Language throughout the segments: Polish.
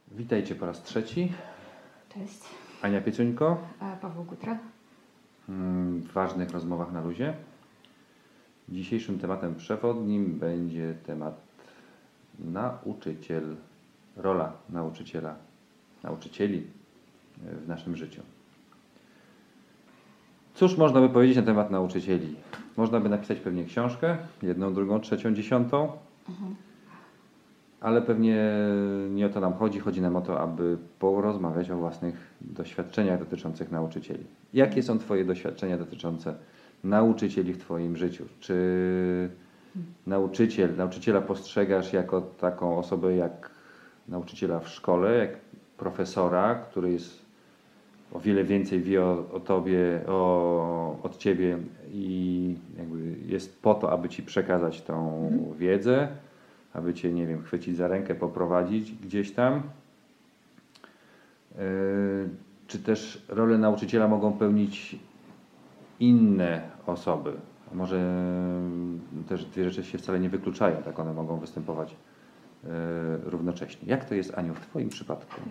Witajcie po raz trzeci. Cześć. Ania Piecuńko. Paweł Gutra. W ważnych rozmowach na luzie. Dzisiejszym tematem przewodnim będzie temat nauczyciel, rola nauczyciela, nauczycieli w naszym życiu. Cóż można by powiedzieć na temat nauczycieli? Można by napisać pewnie książkę, 1, 2, 3, 10. Ale pewnie nie o to nam chodzi. Chodzi nam o to, aby porozmawiać o własnych doświadczeniach dotyczących nauczycieli. Jakie są Twoje doświadczenia dotyczące nauczycieli w Twoim życiu? Czy nauczyciela postrzegasz jako taką osobę jak nauczyciela w szkole, jak profesora, który jest o wiele więcej wie o Tobie, od Ciebie i jakby jest po to, aby Ci przekazać tą wiedzę, aby Cię, nie wiem, chwycić za rękę, poprowadzić gdzieś tam? Czy też rolę nauczyciela mogą pełnić inne osoby? A może też dwie rzeczy się wcale nie wykluczają, tak one mogą występować równocześnie. Jak to jest, Aniu, w Twoim przypadku?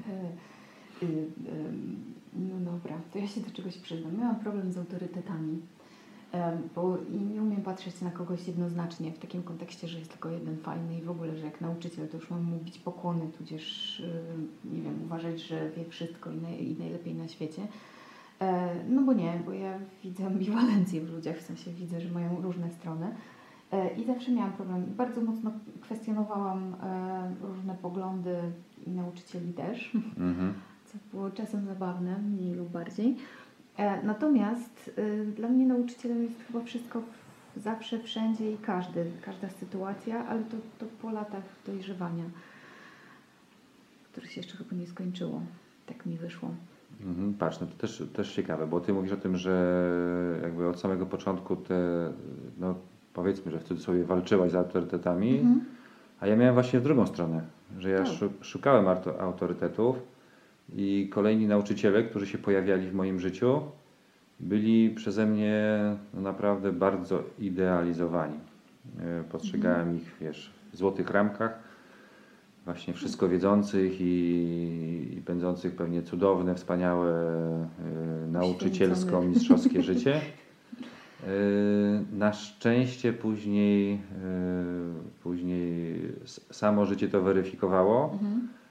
No dobra, to ja się do czegoś przyznam. Miałam problem z autorytetami, bo nie umiem patrzeć na kogoś jednoznacznie w takim kontekście, że jest tylko jeden fajny i w ogóle, że jak nauczyciel to już mam mu bić pokłony, tudzież nie wiem, uważać, że wie wszystko i najlepiej na świecie. No bo nie, bo ja widzę ambiwalencję w ludziach, w sensie widzę, że mają różne strony. I zawsze miałam problem. Bardzo mocno kwestionowałam różne poglądy i nauczycieli też, co było czasem zabawne, mniej lub bardziej. Natomiast dla mnie nauczycielem jest chyba wszystko zawsze, wszędzie i każda sytuacja, ale to po latach dojrzewania, które się jeszcze chyba nie skończyło. Tak mi wyszło. Patrz, no to też ciekawe, bo Ty mówisz o tym, że jakby od samego początku no powiedzmy, że w cudzysłowie walczyłaś z autorytetami, a ja miałem właśnie w drugą stronę, że ja szukałem autorytetów i kolejni nauczyciele, którzy się pojawiali w moim życiu, byli przeze mnie no naprawdę bardzo idealizowani. Postrzegałem ich, wiesz, w złotych ramkach, właśnie wszystko wiedzących i pędzących pewnie cudowne, wspaniałe, nauczycielsko-mistrzowskie życie. Na szczęście później samo życie to weryfikowało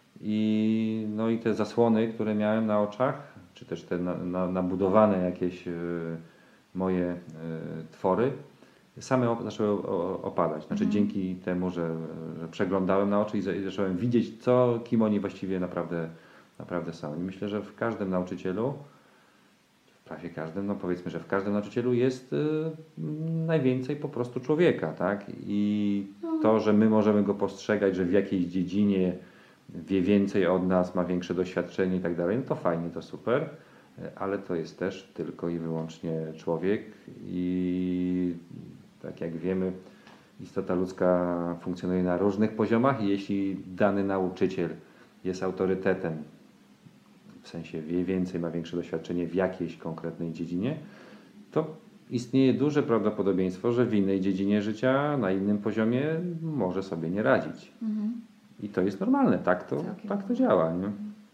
i te zasłony, które miałem na oczach, czy też te nabudowane jakieś moje twory, same zaczęły opadać. Znaczy dzięki temu, że przeglądałem na oczy i zacząłem widzieć, kim oni właściwie naprawdę są. I myślę, że w każdym nauczycielu, prawie każdym, no powiedzmy, że w każdym nauczycielu jest najwięcej po prostu człowieka, tak? I to, że my możemy go postrzegać, że w jakiejś dziedzinie wie więcej od nas, ma większe doświadczenie i tak dalej, no to fajnie, to super, ale to jest też tylko i wyłącznie człowiek i tak jak wiemy, istota ludzka funkcjonuje na różnych poziomach i jeśli dany nauczyciel jest autorytetem, w sensie wie więcej, ma większe doświadczenie w jakiejś konkretnej dziedzinie, to istnieje duże prawdopodobieństwo, że w innej dziedzinie życia, na innym poziomie może sobie nie radzić. I to jest normalne, tak to działa. Nie?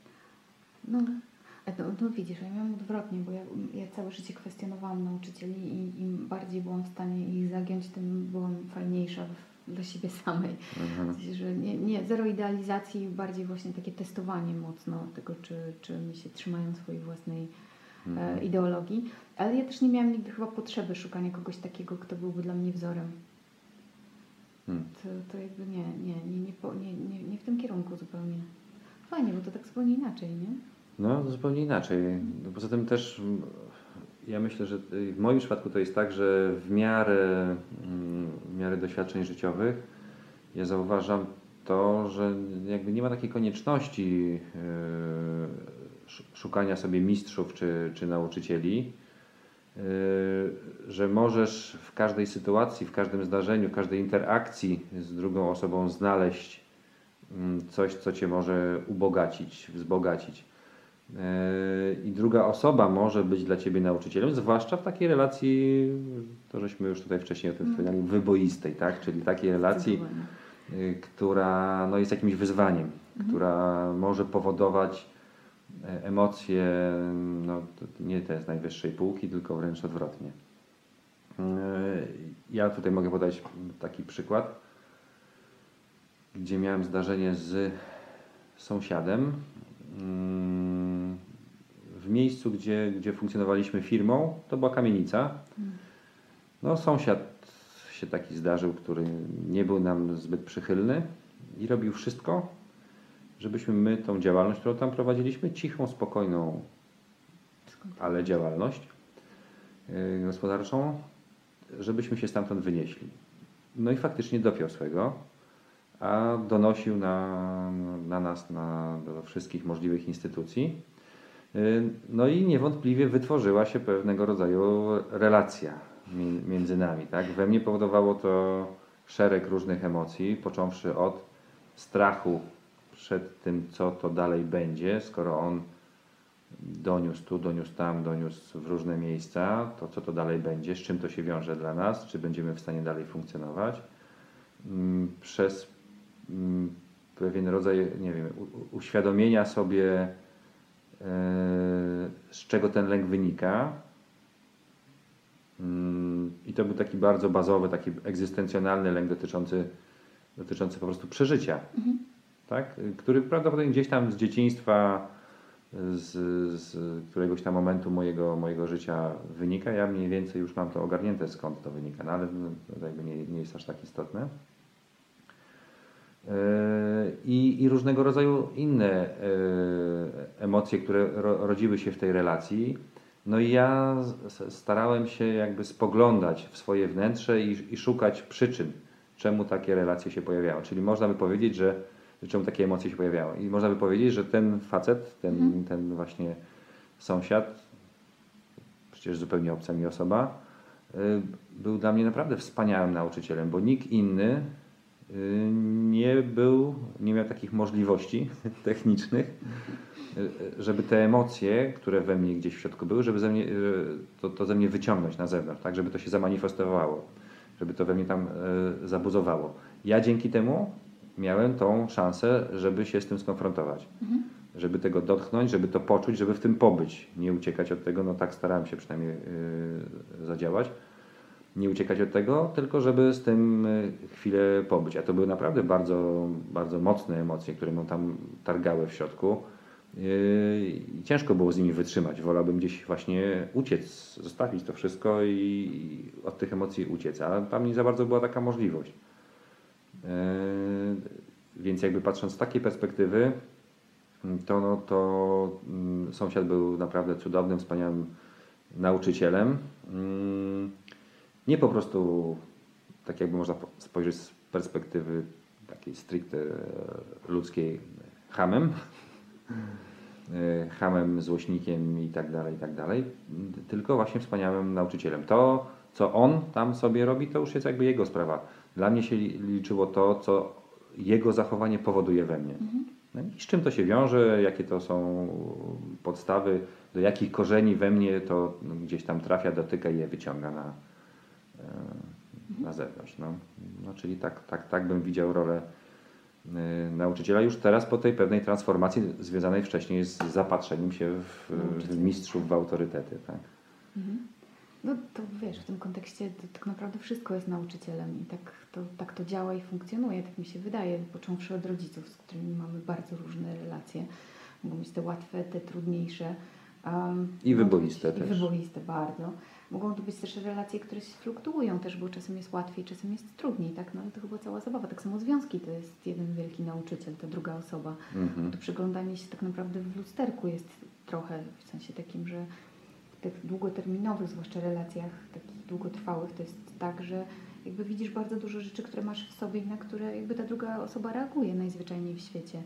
No widzisz, ja miałam odwrotnie, bo ja całe życie kwestionowałam nauczycieli i im bardziej byłam w stanie ich zagiąć, tym byłam fajniejsza dla siebie samej. W sensie, że zero idealizacji, bardziej właśnie takie testowanie mocno tego, czy mi się trzymają swojej własnej ideologii. Ale ja też nie miałam nigdy chyba potrzeby szukania kogoś takiego, kto byłby dla mnie wzorem. To jakby nie w tym kierunku zupełnie. Fajnie, bo to tak zupełnie inaczej, nie? No, zupełnie inaczej. Poza tym też ja myślę, że w moim przypadku to jest tak, że w miarę doświadczeń życiowych ja zauważam to, że jakby nie ma takiej konieczności szukania sobie mistrzów czy nauczycieli, że możesz w każdej sytuacji, w każdym zdarzeniu, w każdej interakcji z drugą osobą znaleźć coś, co Cię może ubogacić, wzbogacić. I druga osoba może być dla Ciebie nauczycielem, zwłaszcza w takiej relacji, to żeśmy już tutaj wcześniej o tym wspominali, wyboistej, tak? Czyli takiej relacji, która no, jest jakimś wyzwaniem, która może powodować emocje no, nie te z najwyższej półki, tylko wręcz odwrotnie. Ja tutaj mogę podać taki przykład, gdzie miałem zdarzenie z sąsiadem w miejscu, gdzie funkcjonowaliśmy firmą. To była kamienica. No, sąsiad się taki zdarzył, który nie był nam zbyt przychylny i robił wszystko, żebyśmy my tą działalność, którą tam prowadziliśmy, cichą, spokojną, ale działalność gospodarczą, żebyśmy się stamtąd wynieśli. No i faktycznie dopiął swego, a donosił na nas, do wszystkich możliwych instytucji. No i niewątpliwie wytworzyła się pewnego rodzaju relacja między nami. Tak? We mnie powodowało to szereg różnych emocji, począwszy od strachu przed tym, co to dalej będzie, skoro on doniósł tu, doniósł tam, doniósł w różne miejsca, to co to dalej będzie, z czym to się wiąże dla nas, czy będziemy w stanie dalej funkcjonować. Przez pewien rodzaj, nie wiem, uświadomienia sobie, z czego ten lęk wynika. I to był taki bardzo bazowy, taki egzystencjonalny lęk dotyczący po prostu przeżycia, tak? Który prawdopodobnie gdzieś tam z dzieciństwa, z któregoś tam momentu mojego życia wynika. Ja mniej więcej już mam to ogarnięte, skąd to wynika, no ale to jakby nie jest aż tak istotne. I różnego rodzaju inne emocje, które rodziły się w tej relacji. No i ja starałem się jakby spoglądać w swoje wnętrze i szukać przyczyn, czemu takie relacje się pojawiają. Czyli można by powiedzieć, że czemu takie emocje się pojawiały. I można by powiedzieć, że ten facet, ten właśnie sąsiad, przecież zupełnie obca mi osoba, był dla mnie naprawdę wspaniałym nauczycielem, bo nikt inny nie miał takich możliwości technicznych, żeby te emocje, które we mnie gdzieś w środku były, żeby to ze mnie wyciągnąć na zewnątrz, tak, żeby to się zamanifestowało, żeby to we mnie tam zabuzowało. Ja dzięki temu miałem tą szansę, żeby się z tym skonfrontować, żeby tego dotknąć, żeby to poczuć, żeby w tym pobyć, nie uciekać od tego, no tak starałem się przynajmniej zadziałać. Nie uciekać od tego, tylko żeby z tym chwilę pobyć. A to były naprawdę bardzo, bardzo mocne emocje, które mnie tam targały w środku. I ciężko było z nimi wytrzymać. Wolałbym gdzieś właśnie uciec, zostawić to wszystko i od tych emocji uciec. A tam nie za bardzo była taka możliwość. Więc jakby patrząc z takiej perspektywy, to sąsiad był naprawdę cudownym, wspaniałym nauczycielem. Nie po prostu, tak jakby można spojrzeć z perspektywy takiej stricte ludzkiej, chamem, złośnikiem i tak dalej, tylko właśnie wspaniałym nauczycielem. To, co on tam sobie robi, to już jest jakby jego sprawa. Dla mnie się liczyło to, co jego zachowanie powoduje we mnie. No i z czym to się wiąże, jakie to są podstawy, do jakich korzeni we mnie to gdzieś tam trafia, dotyka i je wyciąga na zewnątrz. No, czyli tak bym widział rolę nauczyciela już teraz po tej pewnej transformacji związanej wcześniej z zapatrzeniem się w mistrzów, w autorytety. Tak? No to wiesz, w tym kontekście to tak naprawdę wszystko jest nauczycielem i tak to działa i funkcjonuje, tak mi się wydaje, począwszy od rodziców, z którymi mamy bardzo różne relacje. Mogą być te łatwe, te trudniejsze. I wyboiste też. I wyboiste bardzo. Mogą to być też relacje, które się fluktuują też, bo czasem jest łatwiej, czasem jest trudniej, tak? No ale to chyba cała zabawa. Tak samo związki to jest jeden wielki nauczyciel, ta druga osoba. To przyglądanie się tak naprawdę w lusterku jest trochę w sensie takim, że w tych długoterminowych, zwłaszcza relacjach takich długotrwałych, to jest tak, że jakby widzisz bardzo dużo rzeczy, które masz w sobie i na które jakby ta druga osoba reaguje najzwyczajniej w świecie.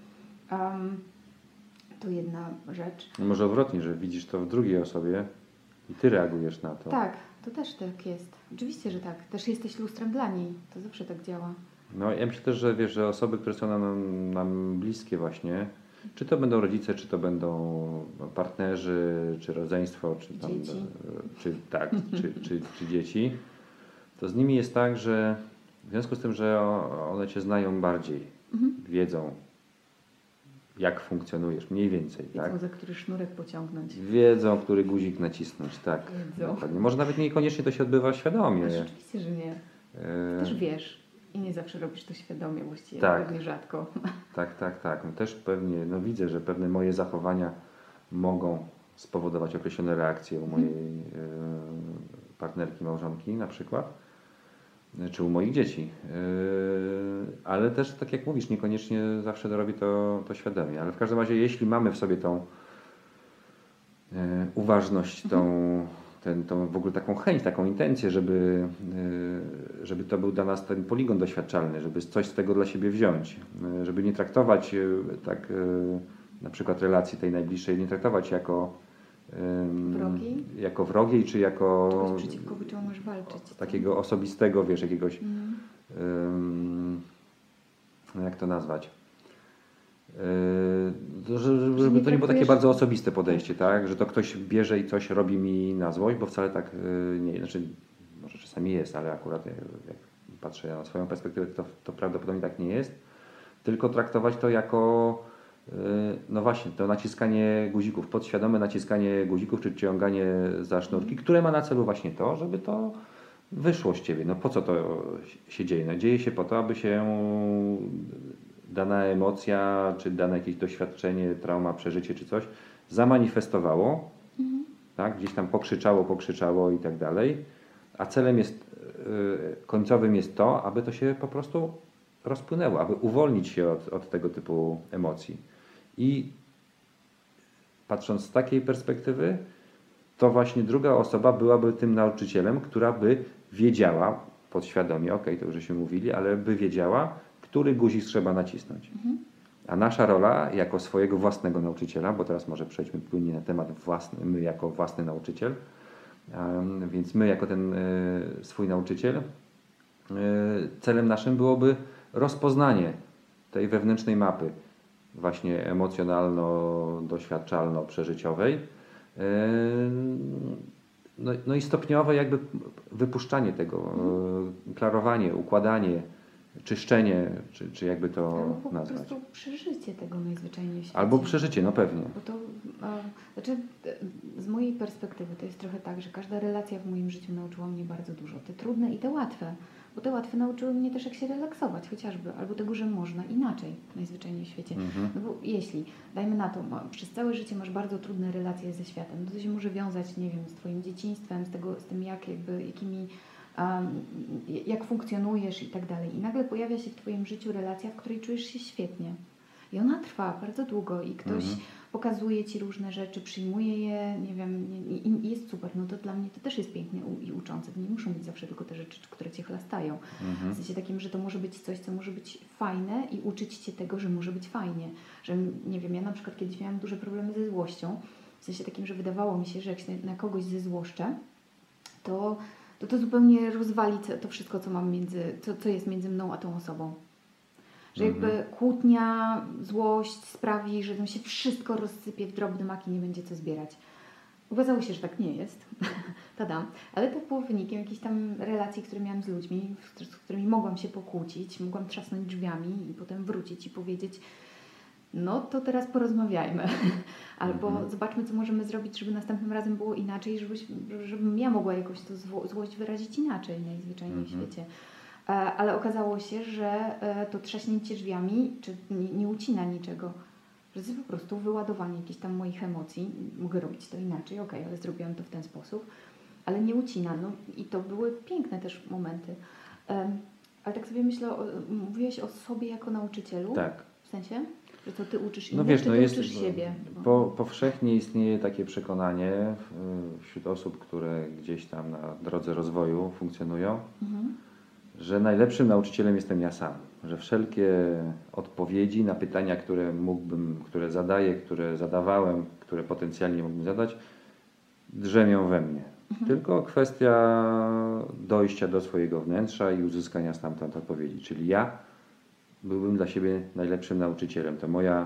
To jedna rzecz. Może odwrotnie, że widzisz to w drugiej osobie i ty reagujesz na to. Tak, to też tak jest. Oczywiście, że tak. Też jesteś lustrem dla niej. To zawsze tak działa. No ja myślę też, że wiesz, że osoby, które są nam bliskie właśnie, czy to będą rodzice, czy to będą partnerzy, czy rodzeństwo, czy tam, dzieci. Czy dzieci, to z nimi jest tak, że W związku z tym, że one Cię znają bardziej, wiedzą, jak funkcjonujesz, mniej więcej, Wiedzą, tak? za który sznurek pociągnąć. Wiedzą, który guzik nacisnąć, tak. Wiedzą. Dokładnie. Może nawet niekoniecznie to się odbywa świadomie. Ależ oczywiście, że nie. E, Też wiesz. I nie zawsze robisz to świadomie, właściwie Tak. pewnie rzadko. Tak. No też pewnie, no widzę, że pewne moje zachowania mogą spowodować określone reakcje u mojej partnerki, małżonki na przykład, czy u moich dzieci. Ale też, tak jak mówisz, niekoniecznie zawsze robi to świadomie. Ale w każdym razie, jeśli mamy w sobie tą uważność, tą w ogóle taką chęć, taką intencję, żeby to był dla nas ten poligon doświadczalny, żeby coś z tego dla siebie wziąć, żeby nie traktować tak na przykład relacji tej najbliższej, nie traktować Wrogiej? jako wrogiej, czy jako Kogoś przeciwko czemu masz walczyć. takiego osobistego, wiesz, jakiegoś no jak to nazwać? Żeby to nie było takie bardzo osobiste podejście, tak? Że to ktoś bierze i coś robi mi na złość, bo wcale tak nie, znaczy może czasami jest, ale akurat jak patrzę na swoją perspektywę, to prawdopodobnie tak nie jest. Tylko traktować to jako no właśnie, to naciskanie guzików, podświadome naciskanie guzików, czy ciąganie za sznurki, które ma na celu właśnie to, żeby to wyszło z Ciebie. No po co to się dzieje? No dzieje się po to, aby się dana emocja, czy dane jakieś doświadczenie, trauma, przeżycie, czy coś zamanifestowało, tak? Gdzieś tam pokrzyczało i tak dalej. A celem jest, końcowym jest to, aby to się po prostu rozpłynęło, aby uwolnić się od tego typu emocji. I patrząc z takiej perspektywy, to właśnie druga osoba byłaby tym nauczycielem, która by wiedziała podświadomie, okej, to już żeśmy mówili, ale by wiedziała, który guzik trzeba nacisnąć. A nasza rola jako swojego własnego nauczyciela, bo teraz może przejdźmy płynnie na temat własny, my jako własny nauczyciel, więc my jako ten swój nauczyciel, celem naszym byłoby rozpoznanie tej wewnętrznej mapy właśnie emocjonalno-doświadczalno-przeżyciowej, no i stopniowe jakby wypuszczanie tego, klarowanie, układanie, czyszczenie, czy jakby to Albo po nazwać. prostu przeżycie tego najzwyczajniej w świecie. Albo przeżycie, no pewnie. Bo to, znaczy, z mojej perspektywy to jest trochę tak, że każda relacja w moim życiu nauczyła mnie bardzo dużo. Te trudne i te łatwe. Bo te łatwe nauczyły mnie też, jak się relaksować chociażby. Albo tego, że można inaczej najzwyczajniej w świecie. No bo jeśli, dajmy na to, przez całe życie masz bardzo trudne relacje ze światem, to się może wiązać, nie wiem, z Twoim dzieciństwem, z tym jak funkcjonujesz i tak dalej. I nagle pojawia się w Twoim życiu relacja, w której czujesz się świetnie. I ona trwa bardzo długo i ktoś pokazuje Ci różne rzeczy, przyjmuje je, nie wiem, i jest super. No to dla mnie to też jest piękne i uczące. To nie muszą być zawsze tylko te rzeczy, które Cię chlastają. W sensie takim, że to może być coś, co może być fajne i uczyć Cię tego, że może być fajnie. Że, nie wiem, ja na przykład kiedyś miałam duże problemy ze złością. W sensie takim, że wydawało mi się, że jak się na kogoś zezłoszczę, to zupełnie rozwali to wszystko, co mam co jest między mną a tą osobą. Że jakby kłótnia, złość sprawi, że tam się wszystko rozsypie w drobny mak i nie będzie co zbierać. Okazało się, że tak nie jest. Tadam. Ale to było wynikiem jakichś tam relacji, które miałam z ludźmi, z którymi mogłam się pokłócić, mogłam trzasnąć drzwiami i potem wrócić i powiedzieć: no to teraz porozmawiajmy. Albo zobaczmy, co możemy zrobić, żeby następnym razem było inaczej, żebym ja mogła jakoś tę złość wyrazić inaczej najzwyczajniej w świecie. Ale okazało się, że to trzaśnięcie drzwiami nie ucina niczego. Że to jest po prostu wyładowanie jakichś tam moich emocji. Mogę robić to inaczej, okej, ale zrobiłam to w ten sposób. Ale nie ucina. No, i to były piękne też momenty. Ale tak sobie myślę, mówiłeś o sobie jako nauczycielu? Tak. W sensie? Że to Ty uczysz No innych, wiesz, czy no Ty jest, uczysz siebie? powszechnie istnieje takie przekonanie wśród osób, które gdzieś tam na drodze rozwoju funkcjonują, że najlepszym nauczycielem jestem ja sam. Że wszelkie odpowiedzi na pytania, które zadaję, które zadawałem, które potencjalnie mógłbym zadać, drzemią we mnie. Tylko kwestia dojścia do swojego wnętrza i uzyskania stamtąd odpowiedzi. Czyli ja byłbym dla siebie najlepszym nauczycielem. To moja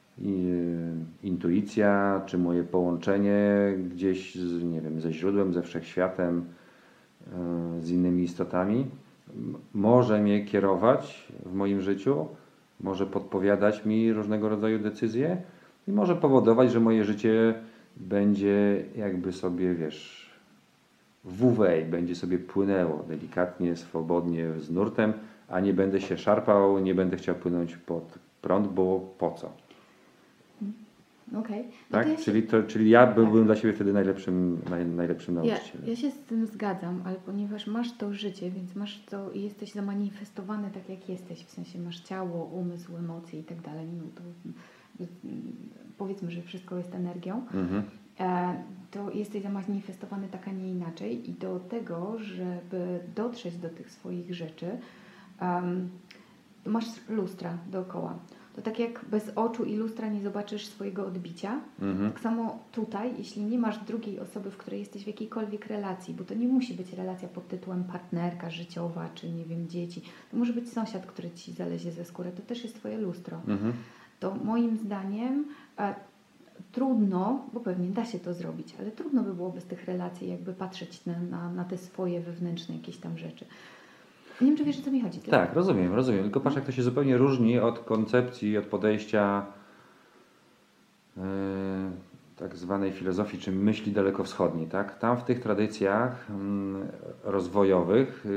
intuicja, czy moje połączenie gdzieś, nie wiem, ze źródłem, ze wszechświatem, z innymi istotami może mnie kierować w moim życiu, może podpowiadać mi różnego rodzaju decyzje i może powodować, że moje życie będzie jakby sobie, wiesz, wuwej, będzie sobie płynęło delikatnie, swobodnie z nurtem, a nie będę się szarpał, nie będę chciał płynąć pod prąd, bo po co? Okej. Tak? to ja się, Czyli ja byłbym dla siebie wtedy najlepszym nauczycielem. ja się z tym zgadzam, ale ponieważ masz to życie, więc masz to i jesteś zamanifestowany tak jak jesteś, w sensie masz ciało, umysł, emocje i tak dalej, no to powiedzmy, że wszystko jest energią, to jesteś zamanifestowany tak, a nie inaczej i do tego, żeby dotrzeć do tych swoich rzeczy, masz lustra dookoła. To tak jak bez oczu i lustra nie zobaczysz swojego odbicia, tak samo tutaj, jeśli nie masz drugiej osoby, w której jesteś w jakiejkolwiek relacji, bo to nie musi być relacja pod tytułem partnerka życiowa, czy nie wiem, dzieci, to może być sąsiad, który ci zalezie ze skóry, to też jest twoje lustro. To moim zdaniem trudno, bo pewnie da się to zrobić, ale trudno by było bez tych relacji jakby patrzeć na te swoje wewnętrzne jakieś tam rzeczy. Nie wiem, czy wiesz, o co mi chodzi. Tak, rozumiem. Tylko patrz, jak to się zupełnie różni od koncepcji, od podejścia tak zwanej filozofii, czy myśli dalekowschodniej. Tak? Tam w tych tradycjach rozwojowych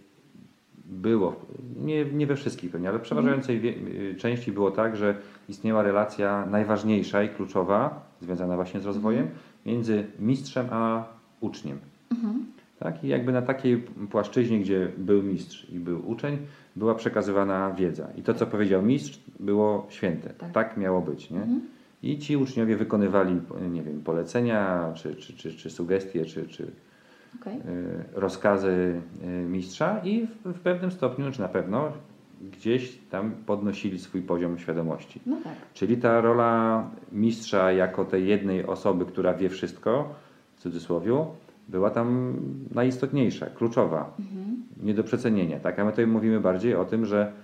było, nie we wszystkich pewnie, ale w przeważającej części było tak, że istniała relacja najważniejsza i kluczowa, związana właśnie z rozwojem, między mistrzem a uczniem. Tak? I jakby na takiej płaszczyźnie, gdzie był mistrz i był uczeń, była przekazywana wiedza. I to, co powiedział mistrz, było święte. Tak miało być. Nie? I ci uczniowie wykonywali, nie wiem, polecenia, czy sugestie, czy rozkazy mistrza i w pewnym stopniu, czy na pewno, gdzieś tam podnosili swój poziom świadomości. No tak. Czyli ta rola mistrza jako tej jednej osoby, która wie wszystko, w cudzysłowie, była tam najistotniejsza, kluczowa, nie do przecenienia. Tak? A my tutaj mówimy bardziej o tym, że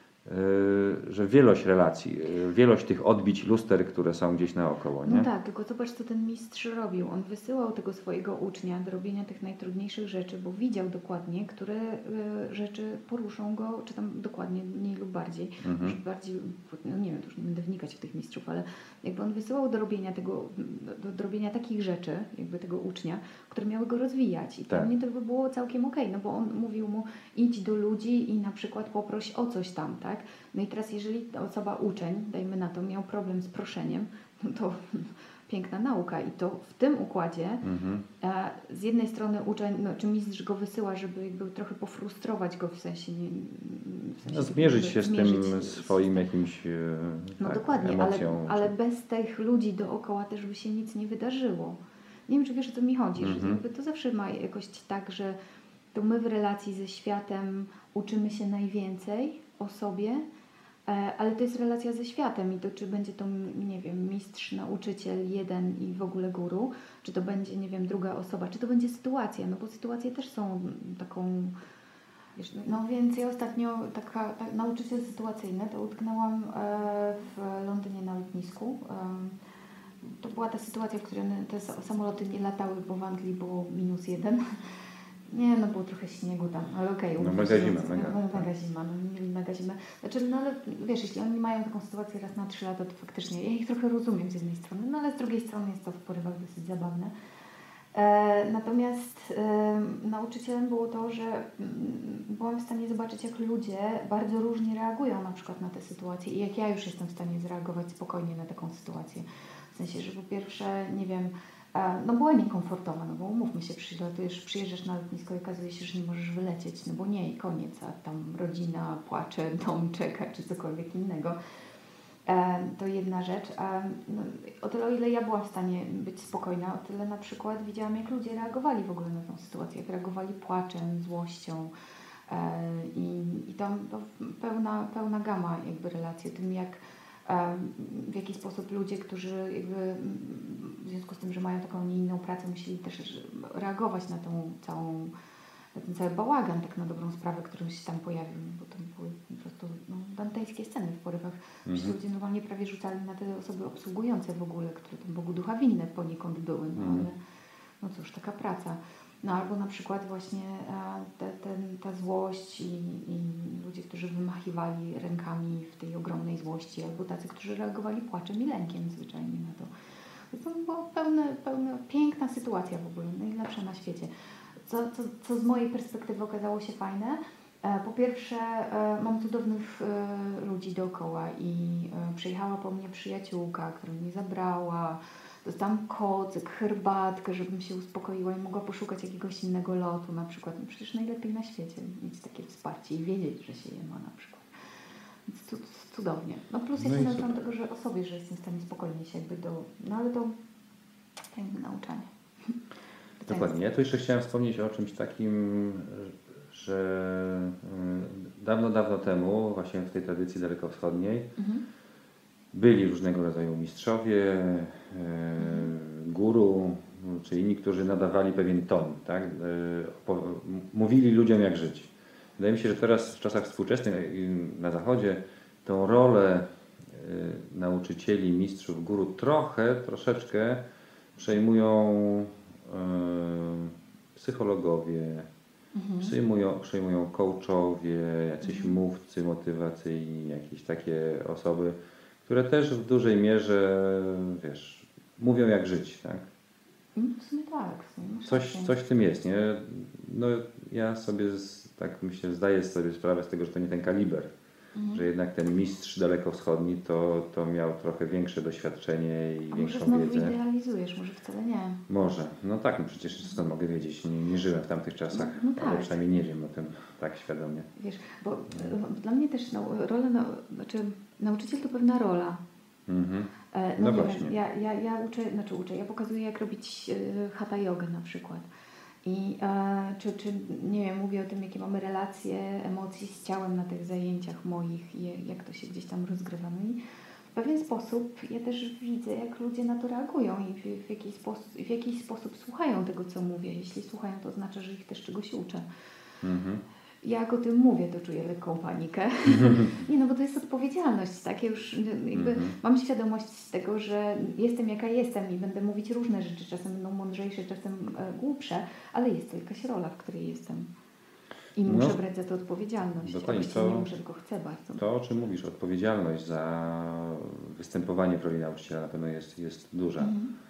wielość relacji, wielość tych odbić luster, które są gdzieś naokoło. Nie? No tak, tylko zobacz, co ten mistrz robił. On wysyłał tego swojego ucznia do robienia tych najtrudniejszych rzeczy, bo widział dokładnie, które rzeczy poruszą go, czy tam dokładnie, mniej lub bardziej. Może bardziej, no nie wiem, to już nie będę wnikać w tych mistrzów, ale jakby on wysyłał do robienia do robienia takich rzeczy, jakby tego ucznia, które miały go rozwijać. I dla mnie to by było całkiem okej, no bo on mówił mu, idź do ludzi i na przykład poproś o coś tam, tak? No i teraz jeżeli ta osoba, uczeń, dajmy na to, miał problem z proszeniem, no to piękna nauka i to w tym układzie z jednej strony uczeń, no, czy mistrz go wysyła, żeby jakby trochę pofrustrować go w sensie, zmierzyć się z tym swoim jakimś no tak, dokładnie, emocją. ale bez tych ludzi dookoła też by się nic nie wydarzyło. Nie wiem, czy wiesz, o co mi chodzi, że jakby to zawsze ma jakoś tak, że to my w relacji ze światem uczymy się najwięcej o sobie, ale to jest relacja ze światem i to czy będzie to, nie wiem, mistrz, nauczyciel jeden i w ogóle guru, czy to będzie, nie wiem, druga osoba, czy to będzie sytuacja, no bo sytuacje też są taką, wiesz, no więc ja ostatnio nauczyciel sytuacyjny, to utknęłam w Londynie na lotnisku. To była ta sytuacja, w której te samoloty nie latały, bo w Anglii było -1. Nie, no było trochę śniegu tam, ale okej. No mega zima, mega zima. Znaczy, no ale wiesz, jeśli oni mają taką sytuację raz na 3 lata, to faktycznie ja ich trochę rozumiem z jednej strony, no ale z drugiej strony jest to w porywach dosyć zabawne. Natomiast nauczycielem było to, że byłam w stanie zobaczyć, jak ludzie bardzo różnie reagują na przykład na te sytuacje i jak ja już jestem w stanie zareagować spokojnie na taką sytuację. W sensie, że po pierwsze, nie wiem, no była niekomfortowa, no bo umówmy się, przyjeżdżasz na lotnisko i okazuje się, że nie możesz wylecieć, no bo nie i koniec, a tam rodzina płacze, dom czeka, czy cokolwiek innego. To jedna rzecz. No, o tyle, o ile ja byłam w stanie być spokojna, o tyle na przykład widziałam, jak ludzie reagowali w ogóle na tą sytuację, jak reagowali płaczem, złością i tam pełna gama jakby relacji, tym jak w jaki sposób ludzie, którzy jakby w związku z tym, że mają taką nie inną pracę, musieli też reagować na ten cały bałagan, tak na dobrą sprawę, który się tam pojawił, bo to były po prostu dantejskie sceny w porywach. Przecież ludzie normalnie prawie rzucali na te osoby obsługujące w ogóle, które tam Bogu ducha winne poniekąd były, no ale no cóż, taka praca. No albo na przykład właśnie ta złość i ludzie, którzy wymachiwali rękami w tej ogromnej złości, albo tacy, którzy reagowali płaczem i lękiem zwyczajnie na to. To była piękna sytuacja w ogóle, najlepsza na świecie. Co z mojej perspektywy okazało się fajne. Po pierwsze, mam cudownych ludzi dookoła i przyjechała po mnie przyjaciółka, która mnie zabrała. Dostałam kocyk, herbatkę, żebym się uspokoiła i mogła poszukać jakiegoś innego lotu na przykład. No przecież najlepiej na świecie mieć takie wsparcie i wiedzieć, że się je ma na przykład. Więc cudownie. No plus ja się nauczyłam tego, że o sobie, że jestem w stanie spokojnie się jakby no ale to jakby nauczanie. Dokładnie. Ja tu jeszcze chciałem wspomnieć o czymś takim, że dawno temu, właśnie w tej tradycji dalekowschodniej, byli różnego rodzaju mistrzowie, guru, czy inni, którzy nadawali pewien ton, tak? Mówili ludziom, jak żyć. Wydaje mi się, że teraz w czasach współczesnych na Zachodzie tą rolę nauczycieli, mistrzów, guru troszeczkę przejmują psychologowie, przejmują coachowie, jacyś mówcy motywacyjni, jakieś takie osoby, które też w dużej mierze, wiesz, mówią jak żyć, tak? W sumie tak. Coś w tym jest, nie? No ja sobie, tak myślę, zdaję sobie sprawę z tego, że to nie ten kaliber, że jednak ten mistrz dalekowschodni to miał trochę większe doświadczenie i większą wiedzę. Może znowu idealizujesz, może wcale nie. Może. No tak, no przecież skąd mogę wiedzieć? Nie żyłem w tamtych czasach, tak. ale przynajmniej nie wiem o tym tak świadomie. Wiesz, bo dla mnie też nauczyciel to pewna rola. No nie właśnie. Wiem, ja uczę, ja pokazuję jak robić hatha jogę na przykład. I czy nie wiem, mówię o tym, jakie mamy relacje, emocji z ciałem na tych zajęciach moich i jak to się gdzieś tam rozgrywa. No i w pewien sposób ja też widzę, jak ludzie na to reagują i w jakiś sposób słuchają tego, co mówię. Jeśli słuchają, to oznacza, że ich też czegoś uczę. Jak o tym mówię, to czuję lekką panikę. Nie, no bo to jest odpowiedzialność, tak? Ja już jakby mam świadomość tego, że jestem jaka jestem i będę mówić różne rzeczy, czasem będą mądrzejsze, czasem głupsze, ale jest to jakaś rola, w której jestem. I muszę brać za to odpowiedzialność. Dokładnie. Nie muszę, tylko chcę bardzo. To, o czym mówisz, odpowiedzialność za występowanie w roli nauczyciela na pewno jest duża.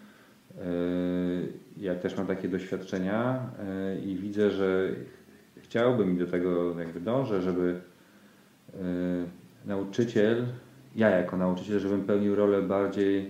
Ja też mam takie doświadczenia i widzę, że chciałbym i do tego jakby dążę, żeby ja jako nauczyciel, żebym pełnił rolę bardziej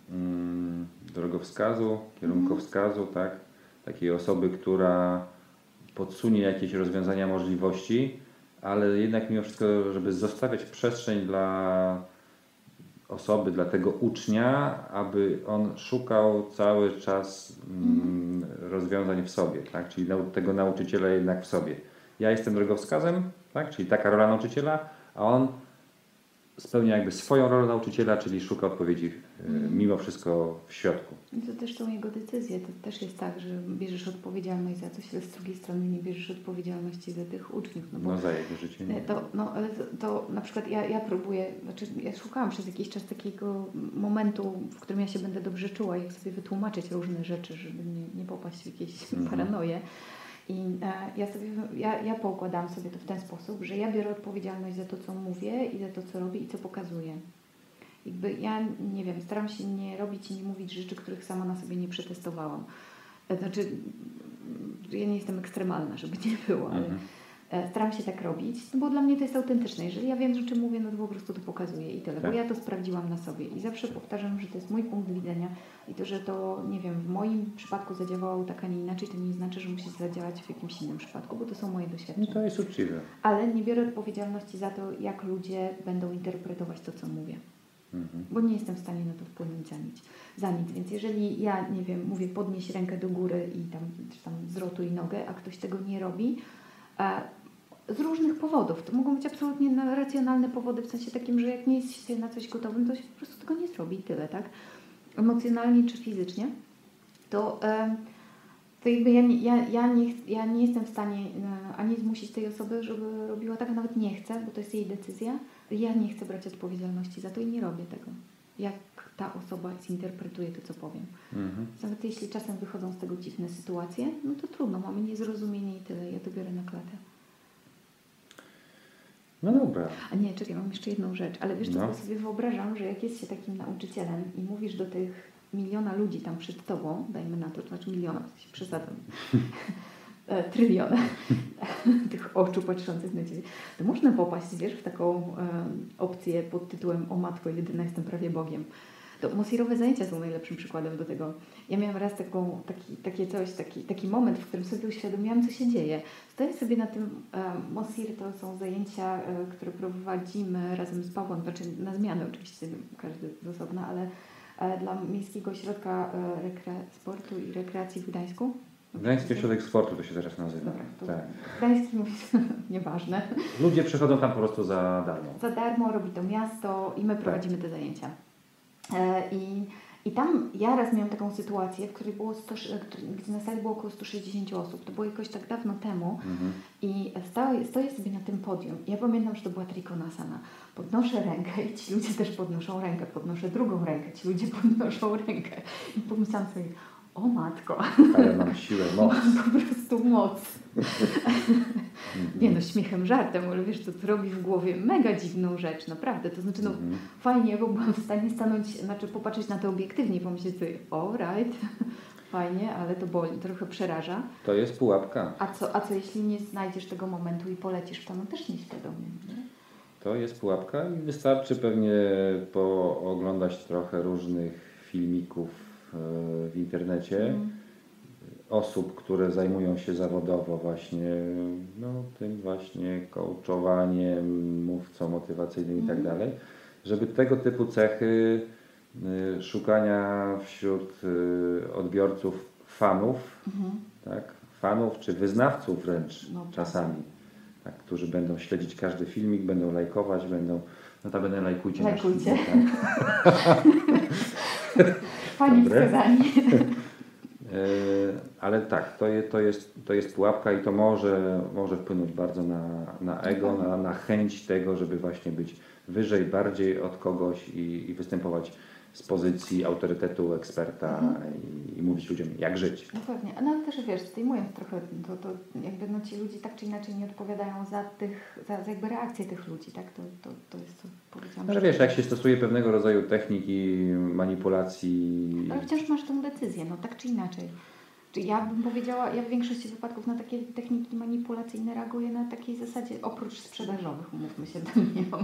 drogowskazu, kierunkowskazu, tak? Takiej osoby, która podsunie jakieś rozwiązania, możliwości, ale jednak mimo wszystko, żeby zostawiać przestrzeń dla osoby, dla tego ucznia, aby on szukał cały czas rozwiązań w sobie, tak? Czyli tego nauczyciela jednak w sobie. Ja jestem drogowskazem, tak? Czyli taka rola nauczyciela, a on spełnia jakby swoją rolę nauczyciela, czyli szuka odpowiedzi mimo wszystko w środku. I to też są jego decyzje. To też jest tak, że bierzesz odpowiedzialność za coś, ale z drugiej strony nie bierzesz odpowiedzialności za tych uczniów. No za jego życie nie. To na przykład ja próbuję, ja szukałam przez jakiś czas takiego momentu, w którym ja się będę dobrze czuła, jak sobie wytłumaczyć różne rzeczy, żeby nie popaść w jakieś paranoje. I ja poukładałam sobie to w ten sposób, że ja biorę odpowiedzialność za to, co mówię i za to, co robię i co pokazuję. Jakby ja, nie wiem, staram się nie robić i nie mówić rzeczy, których sama na sobie nie przetestowałam. Znaczy, ja nie jestem ekstremalna, żeby nie było, ale staram się tak robić, no bo dla mnie to jest autentyczne. Jeżeli ja wiem, o czym mówię, no to po prostu to pokazuję i tyle, bo ja to sprawdziłam na sobie i zawsze powtarzam, że to jest mój punkt widzenia i to, że to, nie wiem, w moim przypadku zadziałało tak, a nie inaczej, to nie znaczy, że musi zadziałać w jakimś innym przypadku, bo to są moje doświadczenia. No to jest uczciwe. Ale nie biorę odpowiedzialności za to, jak ludzie będą interpretować to, co mówię. Bo nie jestem w stanie na to wpłynąć za nic. Więc jeżeli ja, nie wiem, mówię podnieś rękę do góry i tam zrotuj nogę, a ktoś tego nie robi, z różnych powodów. To mogą być absolutnie racjonalne powody, w sensie takim, że jak nie jest się na coś gotowym, to się po prostu tego nie zrobi i tyle, tak? Emocjonalnie czy fizycznie. To jakby ja nie jestem w stanie ani zmusić tej osoby, żeby robiła tak, a nawet nie chcę, bo to jest jej decyzja. Ja nie chcę brać odpowiedzialności za to i nie robię tego. jak ta osoba zinterpretuje to, co powiem. Nawet jeśli czasem wychodzą z tego dziwne sytuacje, no to trudno, mamy niezrozumienie i tyle. Ja to biorę na klatę. No dobra. A nie, czekaj, mam jeszcze jedną rzecz, ale wiesz co, No. bo sobie wyobrażam, że jak jest się takim nauczycielem i mówisz do tych miliona ludzi tam przed tobą, dajmy na to, to znaczy miliona, to się przesadzam, tryliona tych oczu patrzących na ciebie, to można popaść, wiesz, w taką opcję pod tytułem o matko jedyna, jestem prawie Bogiem. To Mosirowe zajęcia są najlepszym przykładem do tego. Ja miałam raz taki moment, w którym sobie uświadomiłam, co się dzieje. Stoję sobie na tym, Mosir to są zajęcia, które prowadzimy razem z Pawłem, znaczy na zmianę oczywiście, każdy z osobna, ale dla Miejskiego Ośrodka Sportu i Rekreacji w Gdańsku. Gdański Ośrodek Sportu to się teraz nazywa. Dobra, to Tak. Gdański mówi, nieważne. Ludzie przychodzą tam po prostu za darmo. Za darmo robi to miasto i my prowadzimy te zajęcia. I tam ja raz miałam taką sytuację, w której było gdzie na sali było około 160 osób. To było jakoś tak dawno temu i stoję sobie na tym podium. Ja pamiętam, że to była Trikonasana. Podnoszę rękę i ci ludzie też podnoszą rękę. Podnoszę drugą rękę, ci ludzie podnoszą rękę. I pomyślałam sobie, o matko. Ale mam siłę, moc. Mam po prostu moc. Nie no, śmiechem, żartem, ale wiesz, to robi w głowie mega dziwną rzecz, naprawdę. To znaczy, no fajnie, bo byłam w stanie popatrzeć na to obiektywnie i pomyśleć sobie, alright, fajnie, ale to boli, trochę przeraża. To jest pułapka. A co jeśli nie znajdziesz tego momentu i polecisz w to, no też nieświadomie, nie? To jest pułapka i wystarczy pewnie pooglądać trochę różnych filmików w internecie. Osób, które zajmują się zawodowo właśnie tym właśnie coachowaniem, mówcą motywacyjnym i tak dalej, żeby tego typu cechy szukania wśród odbiorców fanów, tak, fanów czy wyznawców wręcz czasami, tak, którzy będą śledzić każdy filmik, będą lajkować, notabene lajkujcie. Lajkujcie. Film, tak? Fani wskazani. Ale tak, to jest pułapka i to może wpłynąć bardzo na ego, na chęć tego, żeby właśnie być wyżej, bardziej od kogoś i występować z pozycji autorytetu, eksperta i mówić ludziom, jak żyć. Dokładnie. No ale też wiesz, zdejmując trochę, to jakby ci ludzie tak czy inaczej nie odpowiadają za jakby reakcję tych ludzi, tak? To jest, co powiedziałam. No, że wiesz, jak się stosuje pewnego rodzaju techniki manipulacji... Ale wciąż masz tą decyzję, no tak czy inaczej. Czy ja bym powiedziała, ja w większości wypadków na takie techniki manipulacyjne reaguję na takiej zasadzie, oprócz sprzedażowych, umówmy się, tam nie mam.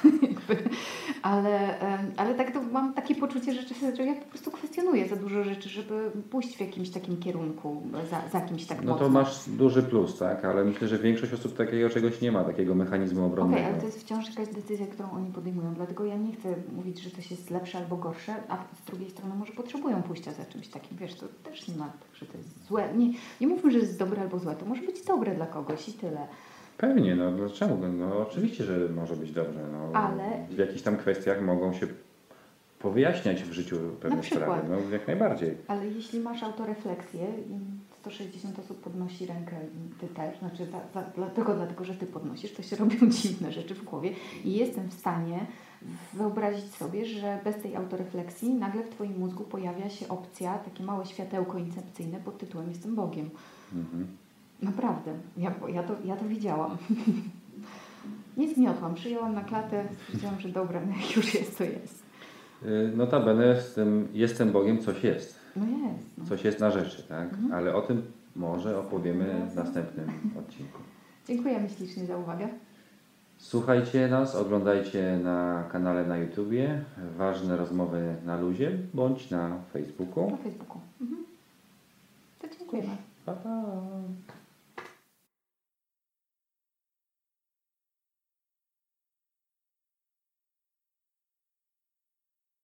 Ale tak to mam takie poczucie, że ja po prostu kwestionuję za dużo rzeczy, żeby pójść w jakimś takim kierunku, za kimś tak mocno. No to masz duży plus, tak? Ale myślę, że większość osób takiego czegoś nie ma, takiego mechanizmu obronnego. Okej, ale to jest wciąż jakaś decyzja, którą oni podejmują, dlatego ja nie chcę mówić, że coś jest lepsze albo gorsze, a z drugiej strony może potrzebują pójścia za czymś takim, wiesz, to też nie ma tak, że to jest złe. Nie mówmy, że jest dobre albo złe, to może być dobre dla kogoś i tyle. Pewnie, no dlaczego? No oczywiście, że może być dobrze. No, ale w jakichś tam kwestiach mogą się powyjaśniać w życiu pewne sprawy. No jak najbardziej. Ale jeśli masz autorefleksję i 160 osób podnosi rękę i ty też, znaczy dlatego, że ty podnosisz, to się robią dziwne rzeczy w głowie i jestem w stanie wyobrazić sobie, że bez tej autorefleksji nagle w twoim mózgu pojawia się opcja, takie małe światełko incepcyjne pod tytułem jestem Bogiem. Naprawdę. Ja to widziałam. Nie zmiotłam, przyjęłam na klatę, stwierdziłam, że dobra, no jak już jest, to jest. Notabene z tym jestem Bogiem coś jest. No jest. No. Coś jest na rzeczy, tak? Ale o tym może opowiemy w następnym odcinku. Dziękujemy ślicznie za uwagę. Słuchajcie nas, oglądajcie na kanale na YouTubie, ważne rozmowy na luzie, bądź na Facebooku. Na Facebooku. To dziękujemy. Pa, pa.